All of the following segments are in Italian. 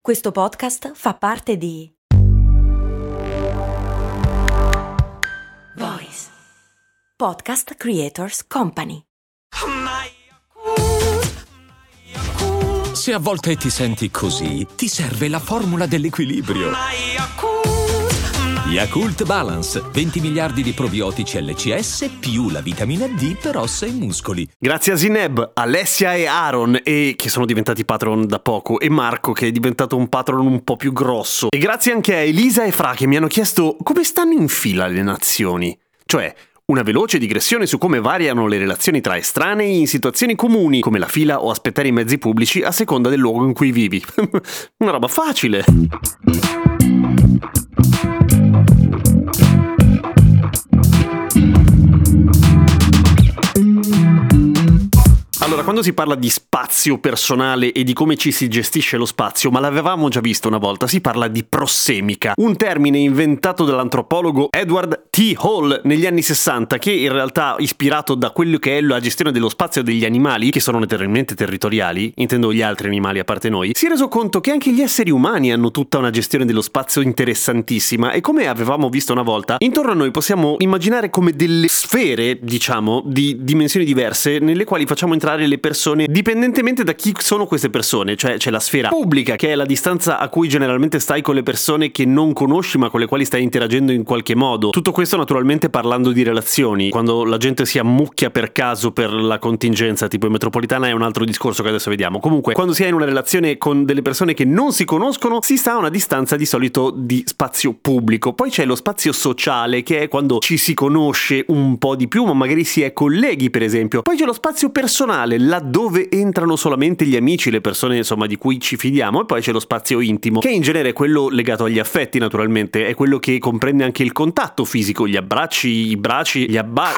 Questo podcast fa parte di Voice Podcast Creators Company. Se a volte ti senti così, ti serve la formula dell'equilibrio. Yakult Balance, 20 miliardi di probiotici LCS più la vitamina D per ossa e muscoli. Grazie a Zineb, Alessia e Aaron, che sono diventati patron da poco, e Marco, che è diventato un patron un po' più grosso. E grazie anche a Elisa e Fra, che mi hanno chiesto come stanno in fila le nazioni. Cioè, una veloce digressione su come variano le relazioni tra estranei in situazioni comuni, come la fila o aspettare i mezzi pubblici a seconda del luogo in cui vivi. Una roba facile. Allora, quando si parla di spazio personale e di come ci si gestisce lo spazio, ma l'avevamo già visto una volta, si parla di prossemica, un termine inventato dall'antropologo Edward T. Hall negli anni 60, che in realtà, ispirato da quello che è la gestione dello spazio degli animali, che sono notoriamente territoriali, intendo gli altri animali a parte noi, si è reso conto che anche gli esseri umani hanno tutta una gestione dello spazio interessantissima, e come avevamo visto una volta, intorno a noi possiamo immaginare come delle sfere, diciamo, di dimensioni diverse, nelle quali facciamo entrare le persone dipendentemente da chi sono queste persone. Cioè c'è la sfera pubblica, che è la distanza a cui generalmente stai con le persone che non conosci ma con le quali stai interagendo in qualche modo. Tutto questo naturalmente parlando di relazioni. Quando la gente si ammucchia per caso per la contingenza tipo in metropolitana è un altro discorso che adesso vediamo. Comunque, quando si è in una relazione con delle persone che non si conoscono, si sta a una distanza di solito di spazio pubblico. Poi c'è lo spazio sociale, che è quando ci si conosce un po' di più ma magari si è colleghi, per esempio. Poi c'è lo spazio personale, laddove entrano solamente gli amici, le persone insomma di cui ci fidiamo. E poi c'è lo spazio intimo, che in genere è quello legato agli affetti, naturalmente, è quello che comprende anche il contatto fisico, gli abbracci, i baci,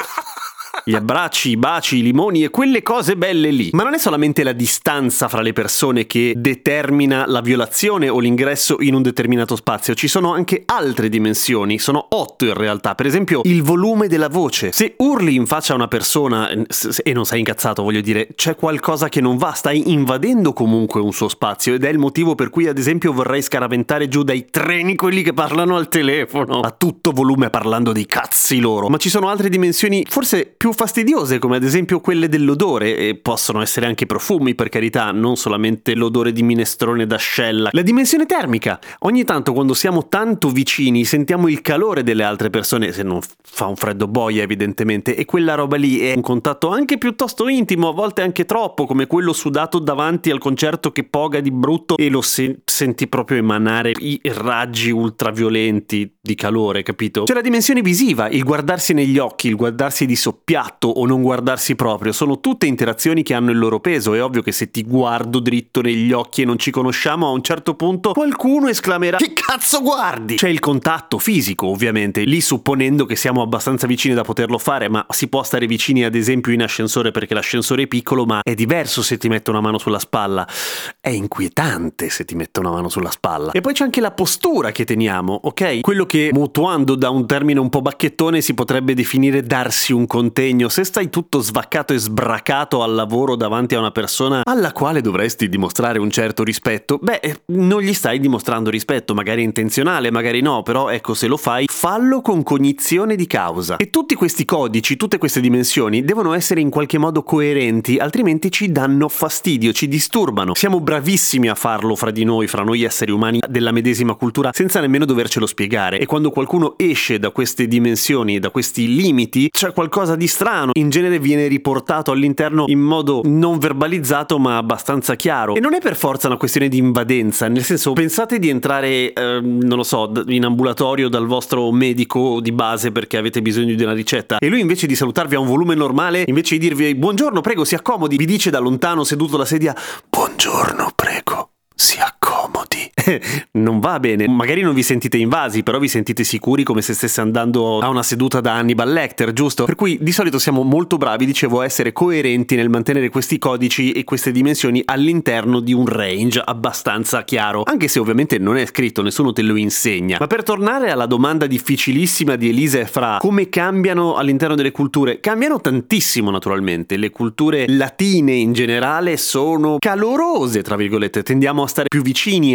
i limoni e quelle cose belle lì. Ma non è solamente la distanza fra le persone che determina la violazione o l'ingresso in un determinato spazio, ci sono anche altre dimensioni, sono 8 in realtà. Per esempio il volume della voce. Se urli in faccia a una persona e non sei incazzato, voglio dire, c'è qualcosa che non va, stai invadendo comunque un suo spazio, ed è il motivo per cui ad esempio vorrei scaraventare giù dai treni quelli che parlano al telefono a tutto volume parlando dei cazzi loro. Ma ci sono altre dimensioni forse più fastidiose, come ad esempio quelle dell'odore, e possono essere anche profumi, per carità, non solamente l'odore di minestrone d'ascella. La dimensione termica. Ogni tanto quando siamo tanto vicini sentiamo il calore delle altre persone, se non fa un freddo boia evidentemente, e quella roba lì è un contatto anche piuttosto intimo, a volte anche troppo, come quello sudato davanti al concerto che poga di brutto e lo senti proprio emanare i raggi ultraviolenti di calore, capito? C'è la dimensione visiva, il guardarsi negli occhi, il guardarsi di soppiatto o non guardarsi proprio, sono tutte interazioni che hanno il loro peso. È ovvio che se ti guardo dritto negli occhi e non ci conosciamo, a un certo punto qualcuno esclamerà: che cazzo guardi? C'è il contatto fisico, ovviamente, lì supponendo che siamo abbastanza vicini da poterlo fare, ma si può stare vicini ad esempio in ascensore perché l'ascensore è piccolo, ma è diverso se ti metto una mano sulla spalla, è inquietante se ti metto una mano sulla spalla. E poi c'è anche la postura che teniamo, ok? Quello che, mutuando da un termine un po' bacchettone, si potrebbe definire darsi un contegno. Se stai tutto svaccato e sbracato al lavoro davanti a una persona alla quale dovresti dimostrare un certo rispetto, non gli stai dimostrando rispetto, magari intenzionale, magari no, però ecco, se lo fai, fallo con cognizione di causa. E tutti questi codici, tutte queste dimensioni devono essere in qualche modo coerenti, altrimenti ci danno fastidio, ci disturbano. Siamo bravissimi a farlo fra di noi, fra noi esseri umani della medesima cultura, senza nemmeno dovercelo spiegare. E quando qualcuno esce da queste dimensioni, da questi limiti, c'è qualcosa di strano, in genere viene riportato all'interno in modo non verbalizzato ma abbastanza chiaro. E non è per forza una questione di invadenza, nel senso, pensate di entrare non lo so, in ambulatorio dal vostro medico di base perché avete bisogno di una ricetta, e lui invece di salutarvi a un volume normale, invece di dirvi buongiorno, prego si accomodi, vi dice da lontano seduto alla sedia: buongiorno, prego si accomodi. Non va bene. Magari non vi sentite invasi, però vi sentite sicuri, come se stesse andando a una seduta da Hannibal Lecter, giusto? Per cui di solito siamo molto bravi, dicevo, a essere coerenti nel mantenere questi codici e queste dimensioni all'interno di un range abbastanza chiaro, anche se ovviamente non è scritto, nessuno te lo insegna. Ma per tornare alla domanda difficilissima di Elisa e Fra, come cambiano all'interno delle culture? Cambiano tantissimo, naturalmente. Le culture latine in generale sono calorose, tra virgolette, tendiamo a stare più vicini alle persone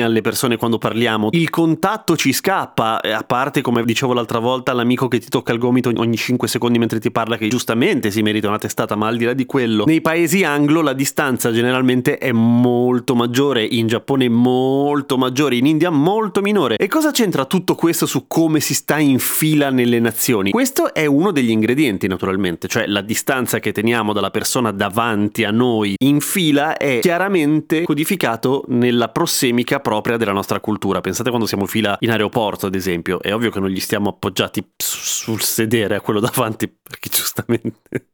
persone quando parliamo, il contatto ci scappa, a parte, come dicevo l'altra volta, l'amico che ti tocca il gomito ogni 5 secondi mentre ti parla, che giustamente si merita una testata, ma al di là di quello, nei paesi anglo la distanza generalmente è molto maggiore, in Giappone molto maggiore, in India molto minore. E cosa c'entra tutto questo su come si sta in fila nelle nazioni? Questo è uno degli ingredienti, naturalmente, cioè la distanza che teniamo dalla persona davanti a noi in fila è chiaramente codificato nella prossemica propria della nostra cultura. Pensate quando siamo in fila in aeroporto, ad esempio, è ovvio che non gli stiamo appoggiati sul sedere a quello davanti, perché giustamente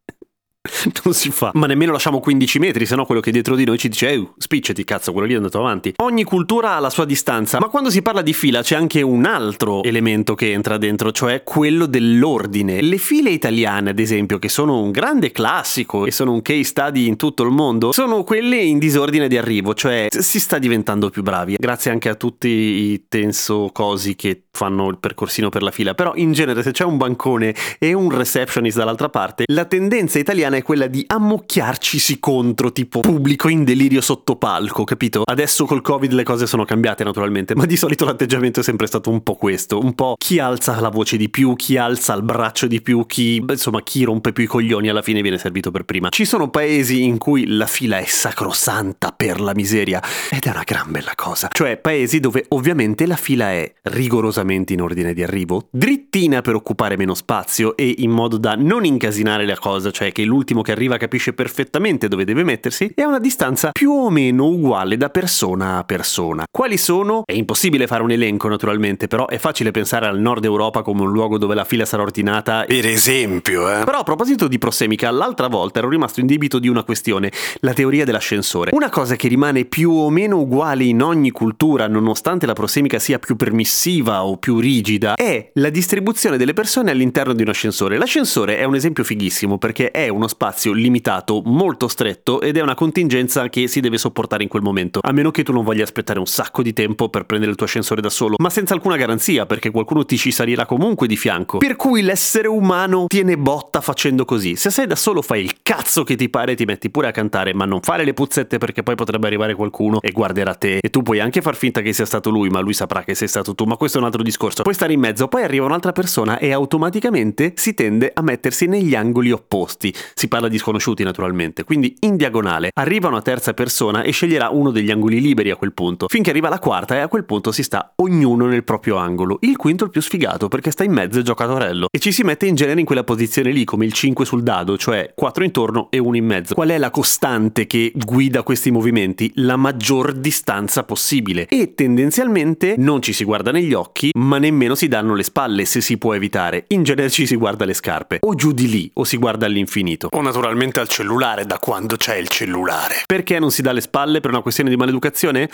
non si fa, ma nemmeno lasciamo 15 metri, sennò quello che è dietro di noi ci dice spicciati cazzo, quello lì è andato avanti. Ogni cultura ha la sua distanza, ma quando si parla di fila c'è anche un altro elemento che entra dentro, cioè quello dell'ordine. Le file italiane, ad esempio, che sono un grande classico e sono un case study in tutto il mondo, sono quelle in disordine di arrivo, cioè si sta diventando più bravi, grazie anche a tutti i tenso cosi che fanno il percorsino per la fila. Però in genere, se c'è un bancone e un receptionist dall'altra parte, la tendenza italiana è quella di ammucchiarcisi contro, tipo pubblico in delirio sotto palco, capito? Adesso col Covid le cose sono cambiate naturalmente, ma di solito l'atteggiamento è sempre stato un po' questo, un po' chi alza la voce di più, chi alza il braccio di più, chi rompe più i coglioni alla fine viene servito per prima. Ci sono paesi in cui la fila è sacrosanta per la miseria, ed è una gran bella cosa, cioè paesi dove ovviamente la fila è rigorosamente in ordine di arrivo, drittina per occupare meno spazio e in modo da non incasinare la cosa, cioè che l'ultimo che arriva capisce perfettamente dove deve mettersi, e a una distanza più o meno uguale da persona a persona. Quali sono? È impossibile fare un elenco naturalmente, però è facile pensare al nord Europa come un luogo dove la fila sarà ordinata, per esempio. Però a proposito di prossemica, l'altra volta ero rimasto in debito di una questione, la teoria dell'ascensore. Una cosa che rimane più o meno uguale in ogni cultura, nonostante la prossemica sia più permissiva o più rigida, è la distribuzione delle persone all'interno di un ascensore. L'ascensore è un esempio fighissimo perché è uno spazio limitato, molto stretto, ed è una contingenza che si deve sopportare in quel momento, a meno che tu non voglia aspettare un sacco di tempo per prendere il tuo ascensore da solo, ma senza alcuna garanzia, perché qualcuno ti ci salirà comunque di fianco. Per cui l'essere umano tiene botta facendo così. Se sei da solo fai il cazzo che ti pare, ti metti pure a cantare, ma non fare le puzzette, perché poi potrebbe arrivare qualcuno e guarderà te, e tu puoi anche far finta che sia stato lui, ma lui saprà che sei stato tu, ma questo è un altro discorso. Puoi stare in mezzo, poi arriva un'altra persona e automaticamente si tende a mettersi negli angoli opposti. Si parla di sconosciuti naturalmente, quindi in diagonale arriva una terza persona e sceglierà uno degli angoli liberi a quel punto, finché arriva la quarta, e a quel punto si sta ognuno nel proprio angolo. Il quinto è il più sfigato perché sta in mezzo e gioca a torello, e ci si mette in genere in quella posizione lì come il 5 sul dado, cioè 4 intorno e 1 in mezzo. Qual è la costante che guida questi movimenti? La maggior distanza possibile, e tendenzialmente non ci si guarda negli occhi, ma nemmeno si danno le spalle se si può evitare. In genere ci si guarda le scarpe, o giù di lì, o si guarda all'infinito, o naturalmente al cellulare, da quando c'è il cellulare. Perché non si dà le spalle? Per una questione di maleducazione?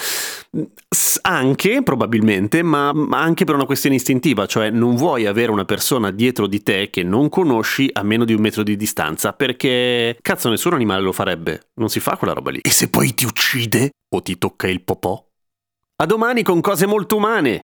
Anche, probabilmente, ma anche per una questione istintiva, cioè non vuoi avere una persona dietro di te che non conosci a meno di 1 metro di distanza, perché cazzo nessun animale lo farebbe, non si fa quella roba lì. E se poi ti uccide? O ti tocca il popò? A domani con cose molto umane!